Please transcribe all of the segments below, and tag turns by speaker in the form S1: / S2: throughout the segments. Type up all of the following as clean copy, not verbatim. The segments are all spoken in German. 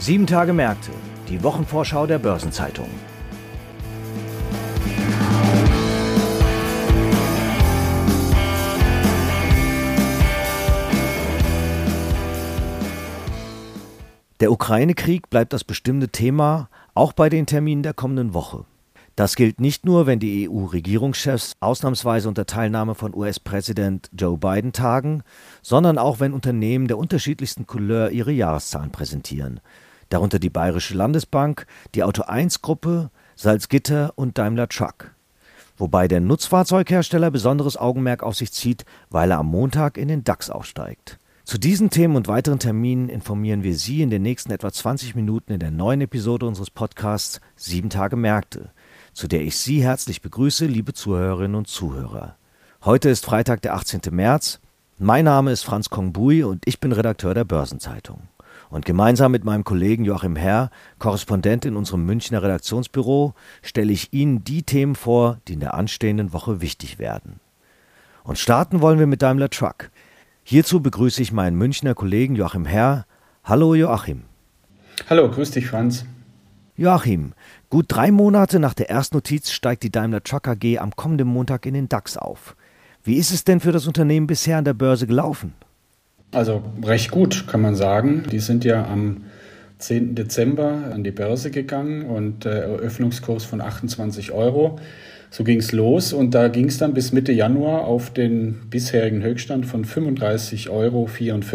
S1: 7 Tage Märkte, die Wochenvorschau der Börsenzeitung. Der Ukraine-Krieg bleibt das bestimmende Thema, auch bei den Terminen der kommenden Woche. Das gilt nicht nur, wenn die EU-Regierungschefs ausnahmsweise unter Teilnahme von US-Präsident Joe Biden tagen, sondern auch, wenn Unternehmen der unterschiedlichsten Couleur ihre Jahreszahlen präsentieren. Darunter die Bayerische Landesbank, die Auto1-Gruppe, Salzgitter und Daimler Truck. Wobei der Nutzfahrzeughersteller besonderes Augenmerk auf sich zieht, weil er am Montag in den DAX aufsteigt. Zu diesen Themen und weiteren Terminen informieren wir Sie in den nächsten etwa 20 Minuten in der neuen Episode unseres Podcasts 7 Tage Märkte, zu der ich Sie herzlich begrüße, liebe Zuhörerinnen und Zuhörer. Heute ist Freitag, der 18. März. Mein Name ist Franz Kongbui und ich bin Redakteur der Börsenzeitung. Und gemeinsam mit meinem Kollegen Joachim Herr, Korrespondent in unserem Münchner Redaktionsbüro, stelle ich Ihnen die Themen vor, die in der anstehenden Woche wichtig werden. Und starten wollen wir mit Daimler Truck. Hierzu begrüße ich meinen Münchner Kollegen Joachim Herr. Hallo Joachim.
S2: Hallo, grüß dich Franz.
S1: Joachim, gut 3 Monate nach der Erstnotiz steigt die Daimler Truck AG am kommenden Montag in den DAX auf. Wie ist es denn für das Unternehmen bisher an der Börse gelaufen?
S2: Also recht gut, kann man sagen. Die sind ja am 10. Dezember an die Börse gegangen und Eröffnungskurs von 28 Euro. So ging es los und da ging es dann bis Mitte Januar auf den bisherigen Höchststand von 35,44 Euro,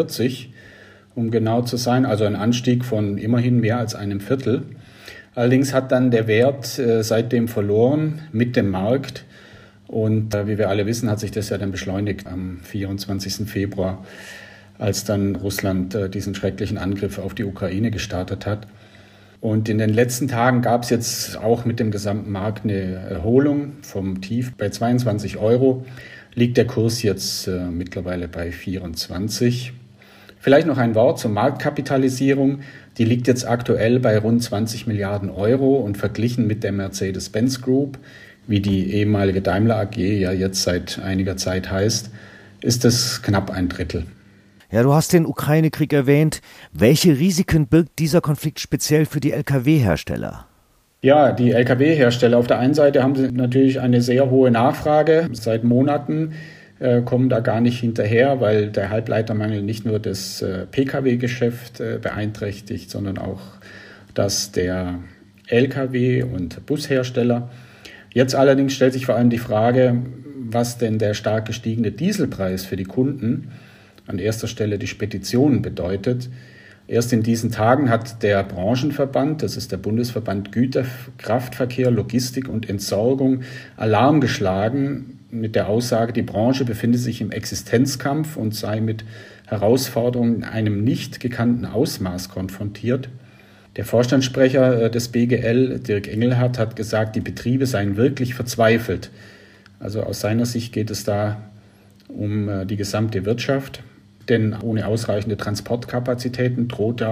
S2: um genau zu sein. Also ein Anstieg von immerhin mehr als einem Viertel. Allerdings hat dann der Wert seitdem verloren mit dem Markt. Und wie wir alle wissen, hat sich das ja dann beschleunigt am 24. Februar, als dann Russland diesen schrecklichen Angriff auf die Ukraine gestartet hat. Und in den letzten Tagen gab es jetzt auch mit dem gesamten Markt eine Erholung vom Tief. Bei 22 Euro liegt der Kurs jetzt mittlerweile bei 24. Vielleicht noch ein Wort zur Marktkapitalisierung. Die liegt jetzt aktuell bei rund 20 Milliarden Euro und verglichen mit der Mercedes-Benz Group, wie die ehemalige Daimler AG ja jetzt seit einiger Zeit heißt, ist es knapp ein Drittel.
S1: Ja, du hast den Ukraine-Krieg erwähnt. Welche Risiken birgt dieser Konflikt speziell für die Lkw-Hersteller?
S2: Ja, die Lkw-Hersteller auf der einen Seite haben sie natürlich eine sehr hohe Nachfrage. Seit Monaten kommen da gar nicht hinterher, weil der Halbleitermangel nicht nur das Pkw-Geschäft beeinträchtigt, sondern auch das der Lkw- und Bushersteller. Jetzt allerdings stellt sich vor allem die Frage, was denn der stark gestiegene Dieselpreis für die Kunden, an erster Stelle die Speditionen, bedeutet. Erst in diesen Tagen hat der Branchenverband, das ist der Bundesverband Güterkraftverkehr, Logistik und Entsorgung, Alarm geschlagen mit der Aussage, die Branche befinde sich im Existenzkampf und sei mit Herausforderungen in einem nicht gekannten Ausmaß konfrontiert. Der Vorstandssprecher des BGL, Dirk Engelhardt, hat gesagt, die Betriebe seien wirklich verzweifelt. Also aus seiner Sicht geht es da um die gesamte Wirtschaft. Denn ohne ausreichende Transportkapazitäten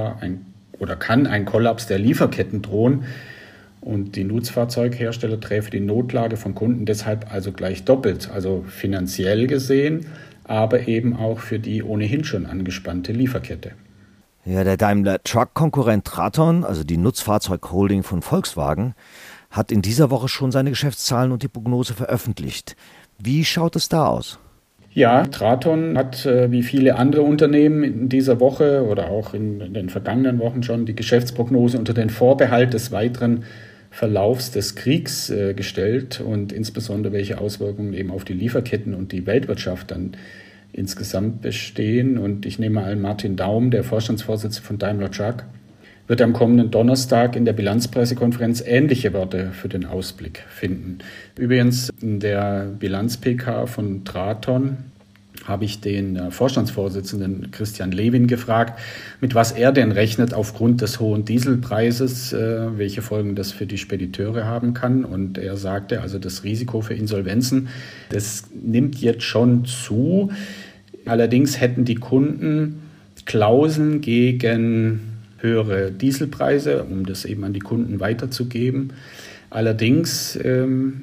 S2: kann ein Kollaps der Lieferketten drohen. Und die Nutzfahrzeughersteller träfe die Notlage von Kunden deshalb also gleich doppelt, also finanziell gesehen, aber eben auch für die ohnehin schon angespannte Lieferkette.
S1: Ja, der Daimler-Truck-Konkurrent Traton, also die Nutzfahrzeugholding von Volkswagen, hat in dieser Woche schon seine Geschäftszahlen und die Prognose veröffentlicht. Wie schaut es da aus?
S2: Ja, Traton hat wie viele andere Unternehmen in dieser Woche oder auch in den vergangenen Wochen schon die Geschäftsprognose unter den Vorbehalt des weiteren Verlaufs des Kriegs gestellt und insbesondere welche Auswirkungen eben auf die Lieferketten und die Weltwirtschaft dann insgesamt bestehen. Und ich nehme an, Martin Daum, der Vorstandsvorsitzende von Daimler Truck, wird am kommenden Donnerstag in der Bilanzpressekonferenz ähnliche Worte für den Ausblick finden. Übrigens in der Bilanz-PK von Traton habe ich den Vorstandsvorsitzenden Christian Lewin gefragt, mit was er denn rechnet aufgrund des hohen Dieselpreises, welche Folgen das für die Spediteure haben kann. Und er sagte, also das Risiko für Insolvenzen, das nimmt jetzt schon zu. Allerdings hätten die Kunden Klauseln gegen höhere Dieselpreise, um das eben an die Kunden weiterzugeben. Allerdings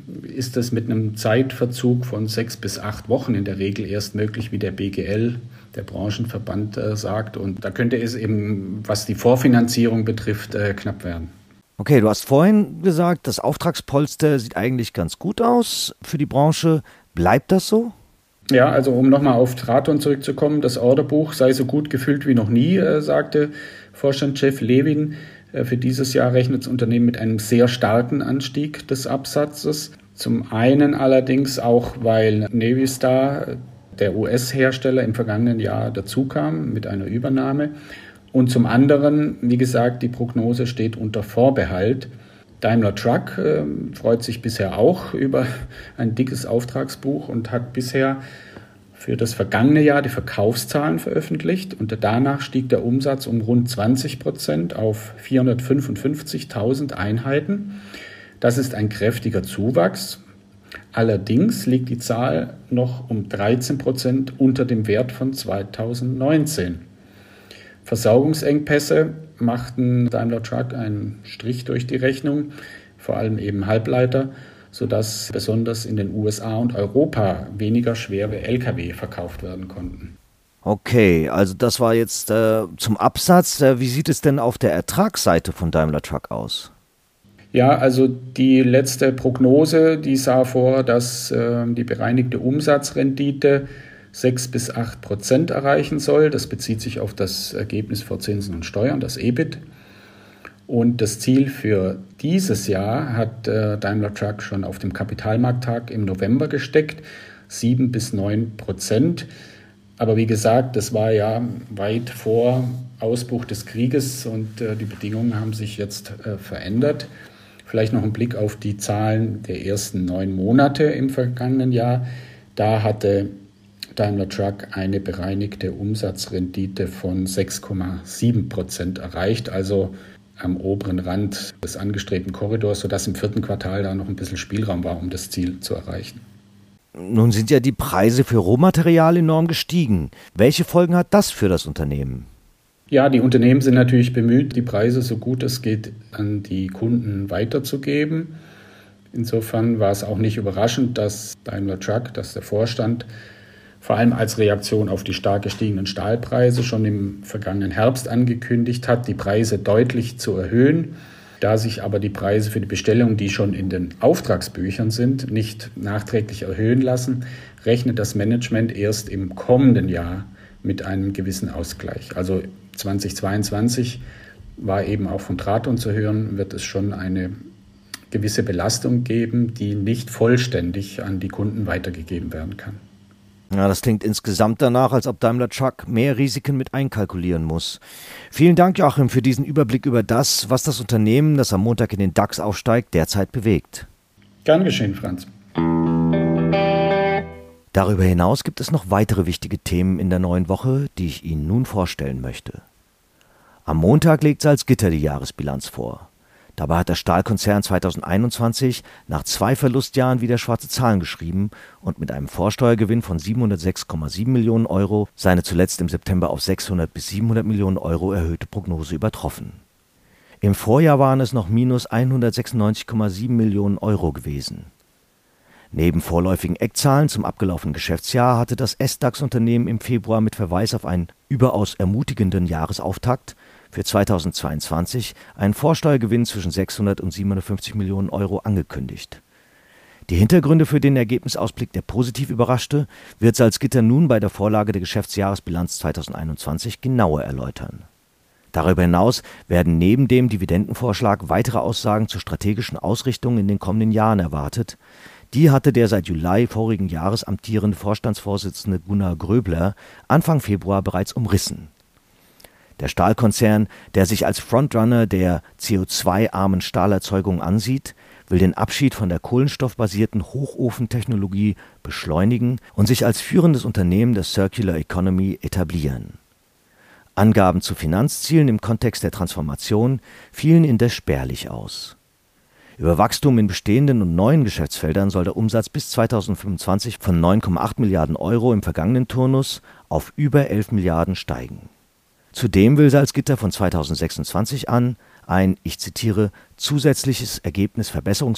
S2: ist das mit einem Zeitverzug von 6 bis 8 Wochen in der Regel erst möglich, wie der BGL der Branchenverband sagt. Und da könnte es eben, was die Vorfinanzierung betrifft, knapp werden.
S1: Okay, du hast vorhin gesagt, das Auftragspolster sieht eigentlich ganz gut aus für die Branche. Bleibt das so?
S2: Ja, also um nochmal auf Traton zurückzukommen, das Orderbuch sei so gut gefüllt wie noch nie, sagte Vorstandschef Levin. Für dieses Jahr rechnet das Unternehmen mit einem sehr starken Anstieg des Absatzes. Zum einen allerdings auch, weil Navistar, der US-Hersteller, im vergangenen Jahr dazukam mit einer Übernahme. Und zum anderen, wie gesagt, die Prognose steht unter Vorbehalt. Daimler Truck freut sich bisher auch über ein dickes Auftragsbuch und hat bisher für das vergangene Jahr die Verkaufszahlen veröffentlicht. Und danach stieg der Umsatz um rund 20% auf 455.000 Einheiten. Das ist ein kräftiger Zuwachs. Allerdings liegt die Zahl noch um 13% unter dem Wert von 2019. Versorgungsengpässe machten Daimler Truck einen Strich durch die Rechnung, vor allem eben Halbleiter, sodass besonders in den USA und Europa weniger schwere Lkw verkauft werden konnten.
S1: Okay, also das war jetzt zum Absatz. Wie sieht es denn auf der Ertragsseite von Daimler Truck aus?
S2: Ja, also die letzte Prognose, die sah vor, dass die bereinigte Umsatzrendite 6-8% erreichen soll. Das bezieht sich auf das Ergebnis vor Zinsen und Steuern, das EBIT. Und das Ziel für dieses Jahr hat Daimler Truck schon auf dem Kapitalmarkttag im November gesteckt, 7-9%. Aber wie gesagt, das war ja weit vor Ausbruch des Krieges und die Bedingungen haben sich jetzt verändert. Vielleicht noch ein Blick auf die Zahlen der ersten 9 Monate im vergangenen Jahr. Da hatte Daimler Truck eine bereinigte Umsatzrendite von 6,7% erreicht, also am oberen Rand des angestrebten Korridors, sodass im 4. Quartal da noch ein bisschen Spielraum war, um das Ziel zu erreichen.
S1: Nun sind ja die Preise für Rohmaterial enorm gestiegen. Welche Folgen hat das für das Unternehmen?
S2: Ja, die Unternehmen sind natürlich bemüht, die Preise so gut es geht an die Kunden weiterzugeben. Insofern war es auch nicht überraschend, dass Daimler Truck, dass der Vorstand vor allem als Reaktion auf die stark gestiegenen Stahlpreise schon im vergangenen Herbst angekündigt hat, die Preise deutlich zu erhöhen. Da sich aber die Preise für die Bestellungen, die schon in den Auftragsbüchern sind, nicht nachträglich erhöhen lassen, rechnet das Management erst im kommenden Jahr mit einem gewissen Ausgleich. Also 2022 war eben auch von Traton zu hören, wird es schon eine gewisse Belastung geben, die nicht vollständig an die Kunden weitergegeben werden kann.
S1: Ja, das klingt insgesamt danach, als ob Daimler Truck mehr Risiken mit einkalkulieren muss. Vielen Dank, Joachim, für diesen Überblick über das, was das Unternehmen, das am Montag in den DAX aufsteigt, derzeit bewegt.
S2: Gern geschehen, Franz.
S1: Darüber hinaus gibt es noch weitere wichtige Themen in der neuen Woche, die ich Ihnen nun vorstellen möchte. Am Montag legt Salzgitter die Jahresbilanz vor. Dabei hat der Stahlkonzern 2021 nach 2 Verlustjahren wieder schwarze Zahlen geschrieben und mit einem Vorsteuergewinn von 706,7 Millionen Euro seine zuletzt im September auf 600 bis 700 Millionen Euro erhöhte Prognose übertroffen. Im Vorjahr waren es noch minus 196,7 Millionen Euro gewesen. Neben vorläufigen Eckzahlen zum abgelaufenen Geschäftsjahr hatte das SDAX-Unternehmen im Februar mit Verweis auf einen überaus ermutigenden Jahresauftakt für 2022 einen Vorsteuergewinn zwischen 600 und 750 Millionen Euro angekündigt. Die Hintergründe für den Ergebnisausblick, der positiv überraschte, wird Salzgitter nun bei der Vorlage der Geschäftsjahresbilanz 2021 genauer erläutern. Darüber hinaus werden neben dem Dividendenvorschlag weitere Aussagen zur strategischen Ausrichtung in den kommenden Jahren erwartet. Die hatte der seit Juli vorigen Jahres amtierende Vorstandsvorsitzende Gunnar Gröbler Anfang Februar bereits umrissen. Der Stahlkonzern, der sich als Frontrunner der CO2-armen Stahlerzeugung ansieht, will den Abschied von der kohlenstoffbasierten Hochofentechnologie beschleunigen und sich als führendes Unternehmen der Circular Economy etablieren. Angaben zu Finanzzielen im Kontext der Transformation fielen indes spärlich aus. Über Wachstum in bestehenden und neuen Geschäftsfeldern soll der Umsatz bis 2025 von 9,8 Milliarden Euro im vergangenen Turnus auf über 11 Milliarden steigen. Zudem will Salzgitter von 2026 an ein, ich zitiere, zusätzliches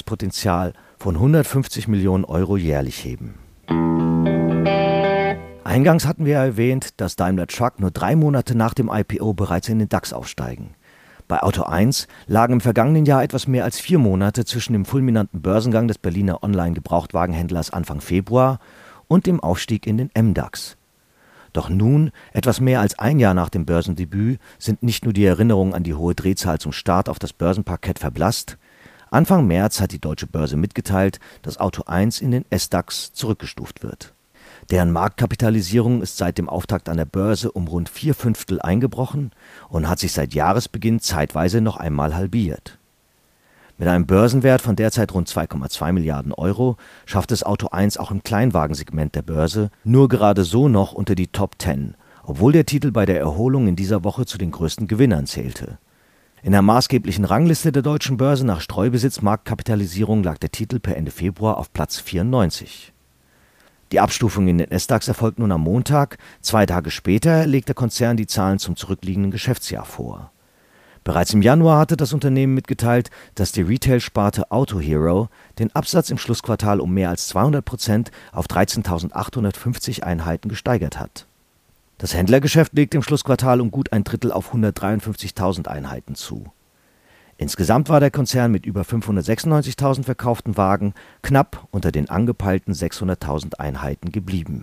S1: Ergebnisverbesserungspotenzial von 150 Millionen Euro jährlich heben. Eingangs hatten wir erwähnt, dass Daimler Truck nur 3 Monate nach dem IPO bereits in den DAX aufsteigen. Bei Auto 1 lagen im vergangenen Jahr etwas mehr als 4 Monate zwischen dem fulminanten Börsengang des Berliner Online-Gebrauchtwagenhändlers Anfang Februar und dem Aufstieg in den MDAX. Doch nun, etwas mehr als ein Jahr nach dem Börsendebüt, sind nicht nur die Erinnerungen an die hohe Drehzahl zum Start auf das Börsenparkett verblasst. Anfang März hat die Deutsche Börse mitgeteilt, dass Auto 1 in den SDAX zurückgestuft wird. Deren Marktkapitalisierung ist seit dem Auftakt an der Börse um rund 4/5 eingebrochen und hat sich seit Jahresbeginn zeitweise noch einmal halbiert. Mit einem Börsenwert von derzeit rund 2,2 Milliarden Euro schafft es Auto 1 auch im Kleinwagensegment der Börse nur gerade so noch unter die Top 10, obwohl der Titel bei der Erholung in dieser Woche zu den größten Gewinnern zählte. In der maßgeblichen Rangliste der deutschen Börse nach Streubesitz-Marktkapitalisierung lag der Titel per Ende Februar auf Platz 94. Die Abstufung in den SDAX erfolgt nun am Montag. 2 Tage später legt der Konzern die Zahlen zum zurückliegenden Geschäftsjahr vor. Bereits im Januar hatte das Unternehmen mitgeteilt, dass die Retail-Sparte Autohero den Absatz im Schlussquartal um mehr als 200% auf 13.850 Einheiten gesteigert hat. Das Händlergeschäft legt im Schlussquartal um gut ein Drittel auf 153.000 Einheiten zu. Insgesamt war der Konzern mit über 596.000 verkauften Wagen knapp unter den angepeilten 600.000 Einheiten geblieben.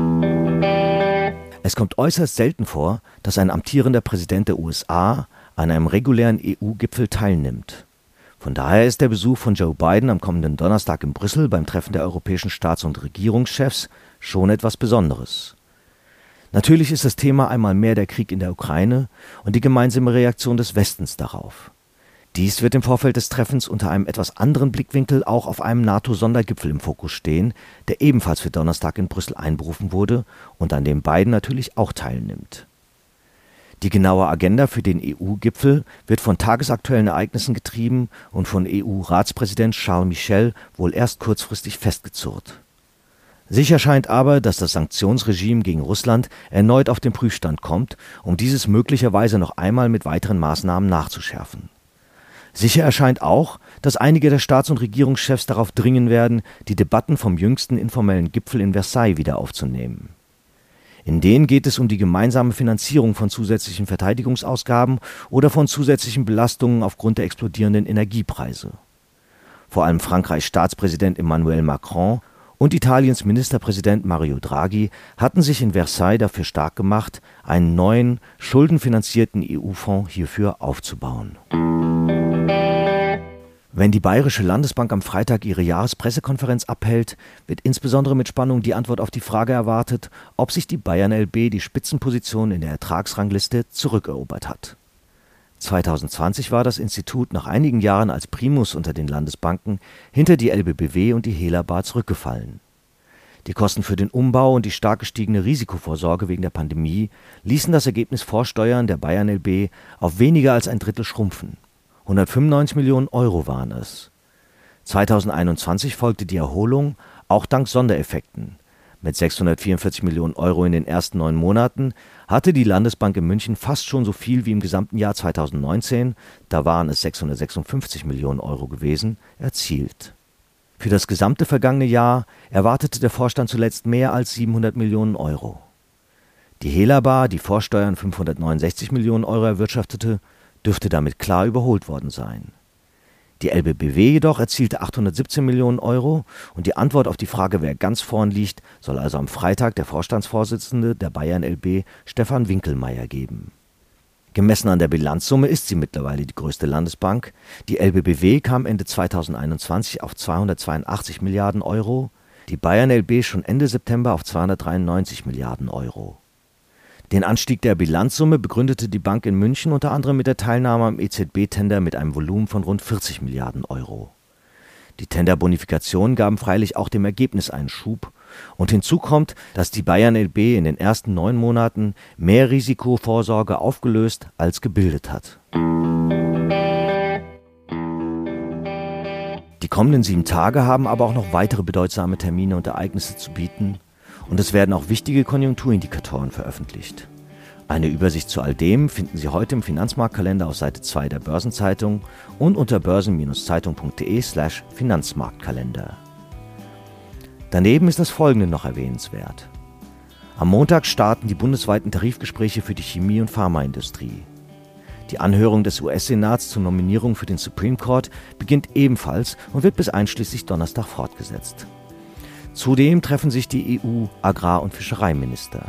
S1: Es kommt äußerst selten vor, dass ein amtierender Präsident der USA an einem regulären EU-Gipfel teilnimmt. Von daher ist der Besuch von Joe Biden am kommenden Donnerstag in Brüssel beim Treffen der europäischen Staats- und Regierungschefs schon etwas Besonderes. Natürlich ist das Thema einmal mehr der Krieg in der Ukraine und die gemeinsame Reaktion des Westens darauf. Dies wird im Vorfeld des Treffens unter einem etwas anderen Blickwinkel auch auf einem NATO-Sondergipfel im Fokus stehen, der ebenfalls für Donnerstag in Brüssel einberufen wurde und an dem Biden natürlich auch teilnimmt. Die genaue Agenda für den EU-Gipfel wird von tagesaktuellen Ereignissen getrieben und von EU-Ratspräsident Charles Michel wohl erst kurzfristig festgezurrt. Sicher scheint aber, dass das Sanktionsregime gegen Russland erneut auf den Prüfstand kommt, um dieses möglicherweise noch einmal mit weiteren Maßnahmen nachzuschärfen. Sicher erscheint auch, dass einige der Staats- und Regierungschefs darauf dringen werden, die Debatten vom jüngsten informellen Gipfel in Versailles wieder aufzunehmen. In denen geht es um die gemeinsame Finanzierung von zusätzlichen Verteidigungsausgaben oder von zusätzlichen Belastungen aufgrund der explodierenden Energiepreise. Vor allem Frankreichs Staatspräsident Emmanuel Macron und Italiens Ministerpräsident Mario Draghi hatten sich in Versailles dafür stark gemacht, einen neuen, schuldenfinanzierten EU-Fonds hierfür aufzubauen. Wenn die Bayerische Landesbank am Freitag ihre Jahrespressekonferenz abhält, wird insbesondere mit Spannung die Antwort auf die Frage erwartet, ob sich die Bayern LB die Spitzenposition in der Ertragsrangliste zurückerobert hat. 2020 war das Institut nach einigen Jahren als Primus unter den Landesbanken hinter die LBBW und die Helaba zurückgefallen. Die Kosten für den Umbau und die stark gestiegene Risikovorsorge wegen der Pandemie ließen das Ergebnis vor Steuern der Bayern LB auf weniger als ein Drittel schrumpfen. 195 Millionen Euro waren es. 2021 folgte die Erholung, auch dank Sondereffekten. Mit 644 Millionen Euro in den ersten 9 Monaten hatte die Landesbank in München fast schon so viel wie im gesamten Jahr 2019, da waren es 656 Millionen Euro gewesen, erzielt. Für das gesamte vergangene Jahr erwartete der Vorstand zuletzt mehr als 700 Millionen Euro. Die Helaba, die vor Steuern 569 Millionen Euro erwirtschaftete, dürfte damit klar überholt worden sein. Die LBBW jedoch erzielte 817 Millionen Euro und die Antwort auf die Frage, wer ganz vorn liegt, soll also am Freitag der Vorstandsvorsitzende der Bayern LB, Stefan Winkelmeier, geben. Gemessen an der Bilanzsumme ist sie mittlerweile die größte Landesbank. Die LBBW kam Ende 2021 auf 282 Milliarden Euro, die Bayern LB schon Ende September auf 293 Milliarden Euro. Den Anstieg der Bilanzsumme begründete die Bank in München unter anderem mit der Teilnahme am EZB-Tender mit einem Volumen von rund 40 Milliarden Euro. Die Tenderbonifikationen gaben freilich auch dem Ergebnis einen Schub. Und hinzu kommt, dass die Bayern LB in den ersten 9 Monaten mehr Risikovorsorge aufgelöst als gebildet hat. Die kommenden 7 Tage haben aber auch noch weitere bedeutsame Termine und Ereignisse zu bieten. Und es werden auch wichtige Konjunkturindikatoren veröffentlicht. Eine Übersicht zu all dem finden Sie heute im Finanzmarktkalender auf Seite 2 der Börsenzeitung und unter börsen-zeitung.de/Finanzmarktkalender. Daneben ist das Folgende noch erwähnenswert. Am Montag starten die bundesweiten Tarifgespräche für die Chemie- und Pharmaindustrie. Die Anhörung des US-Senats zur Nominierung für den Supreme Court beginnt ebenfalls und wird bis einschließlich Donnerstag fortgesetzt. Zudem treffen sich die EU-Agrar- und Fischereiminister.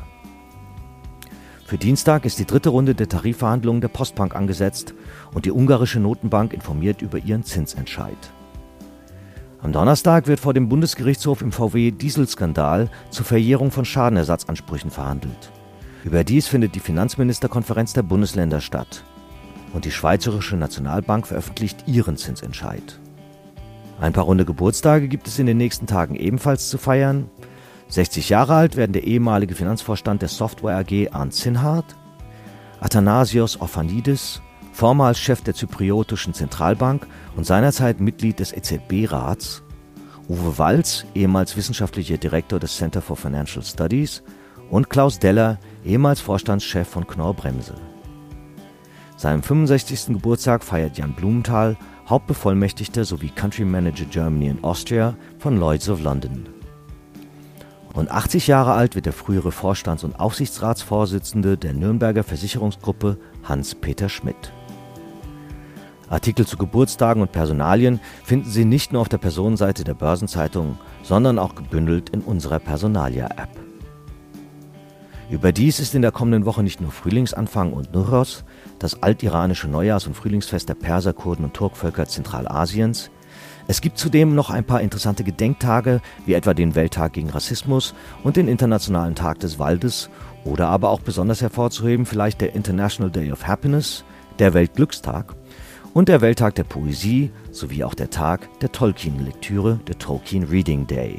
S1: Für Dienstag ist die dritte Runde der Tarifverhandlungen der Postbank angesetzt und die ungarische Notenbank informiert über ihren Zinsentscheid. Am Donnerstag wird vor dem Bundesgerichtshof im VW-Dieselskandal zur Verjährung von Schadenersatzansprüchen verhandelt. Überdies findet die Finanzministerkonferenz der Bundesländer statt. Und die Schweizerische Nationalbank veröffentlicht ihren Zinsentscheid. Ein paar runde Geburtstage gibt es in den nächsten Tagen ebenfalls zu feiern. 60 Jahre alt werden der ehemalige Finanzvorstand der Software AG Arndt Sinhardt, Athanasios Orphanidis, vormals Chef der Zypriotischen Zentralbank und seinerzeit Mitglied des EZB-Rats, Uwe Walz, ehemals wissenschaftlicher Direktor des Center for Financial Studies und Klaus Deller, ehemals Vorstandschef von Knorr-Bremse. Seinen 65. Geburtstag feiert Jan Blumenthal, Hauptbevollmächtigter sowie Country Manager Germany and Austria von Lloyd's of London. Und 80 Jahre alt wird der frühere Vorstands- und Aufsichtsratsvorsitzende der Nürnberger Versicherungsgruppe Hans-Peter Schmidt. Artikel zu Geburtstagen und Personalien finden Sie nicht nur auf der Personenseite der Börsenzeitung, sondern auch gebündelt in unserer Personalia-App. Überdies ist in der kommenden Woche nicht nur Frühlingsanfang und Nowroz, das altiranische Neujahrs- und Frühlingsfest der Perser, Kurden und Turkvölker Zentralasiens. Es gibt zudem noch ein paar interessante Gedenktage, wie etwa den Welttag gegen Rassismus und den Internationalen Tag des Waldes oder aber auch besonders hervorzuheben vielleicht der International Day of Happiness, der Weltglückstag und der Welttag der Poesie sowie auch der Tag der Tolkien-Lektüre, der Tolkien Reading Day.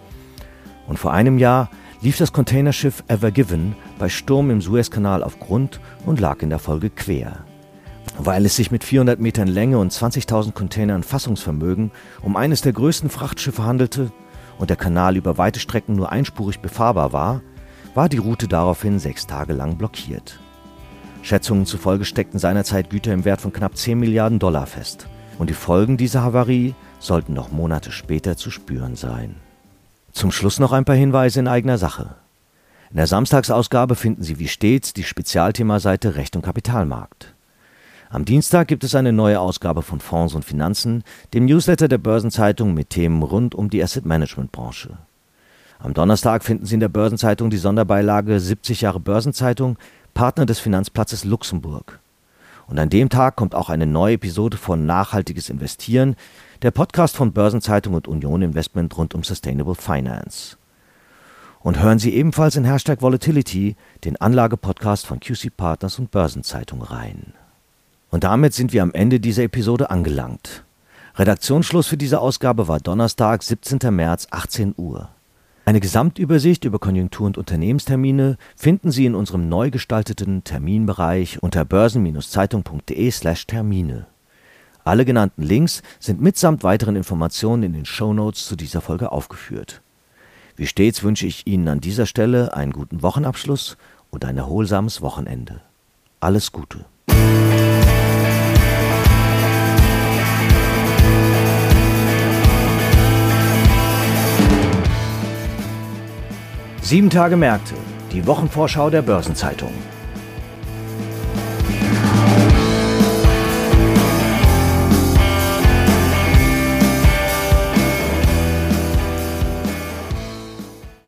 S1: Und vor einem Jahr lief das Containerschiff Ever Given bei Sturm im Suezkanal auf Grund und lag in der Folge quer. Weil es sich mit 400 Metern Länge und 20.000 Containern Fassungsvermögen um eines der größten Frachtschiffe handelte und der Kanal über weite Strecken nur einspurig befahrbar war, war die Route daraufhin 6 Tage lang blockiert. Schätzungen zufolge steckten seinerzeit Güter im Wert von knapp 10 Milliarden Dollar fest. Und die Folgen dieser Havarie sollten noch Monate später zu spüren sein. Zum Schluss noch ein paar Hinweise in eigener Sache. In der Samstagsausgabe finden Sie wie stets die Spezialthemaseite Recht und Kapitalmarkt. Am Dienstag gibt es eine neue Ausgabe von Fonds und Finanzen, dem Newsletter der Börsenzeitung mit Themen rund um die Asset-Management-Branche. Am Donnerstag finden Sie in der Börsenzeitung die Sonderbeilage 70 Jahre Börsenzeitung, Partner des Finanzplatzes Luxemburg. Und an dem Tag kommt auch eine neue Episode von Nachhaltiges Investieren, der Podcast von Börsenzeitung und Union Investment rund um Sustainable Finance. Und hören Sie ebenfalls in #Volatility, den Anlagepodcast von QC Partners und Börsenzeitung rein. Und damit sind wir am Ende dieser Episode angelangt. Redaktionsschluss für diese Ausgabe war Donnerstag, 17. März, 18 Uhr. Eine Gesamtübersicht über Konjunktur- und Unternehmenstermine finden Sie in unserem neu gestalteten Terminbereich unter börsen-zeitung.de/Termine. Alle genannten Links sind mitsamt weiteren Informationen in den Shownotes zu dieser Folge aufgeführt. Wie stets wünsche ich Ihnen an dieser Stelle einen guten Wochenabschluss und ein erholsames Wochenende. Alles Gute. 7 Tage Märkte, die Wochenvorschau der Börsenzeitung.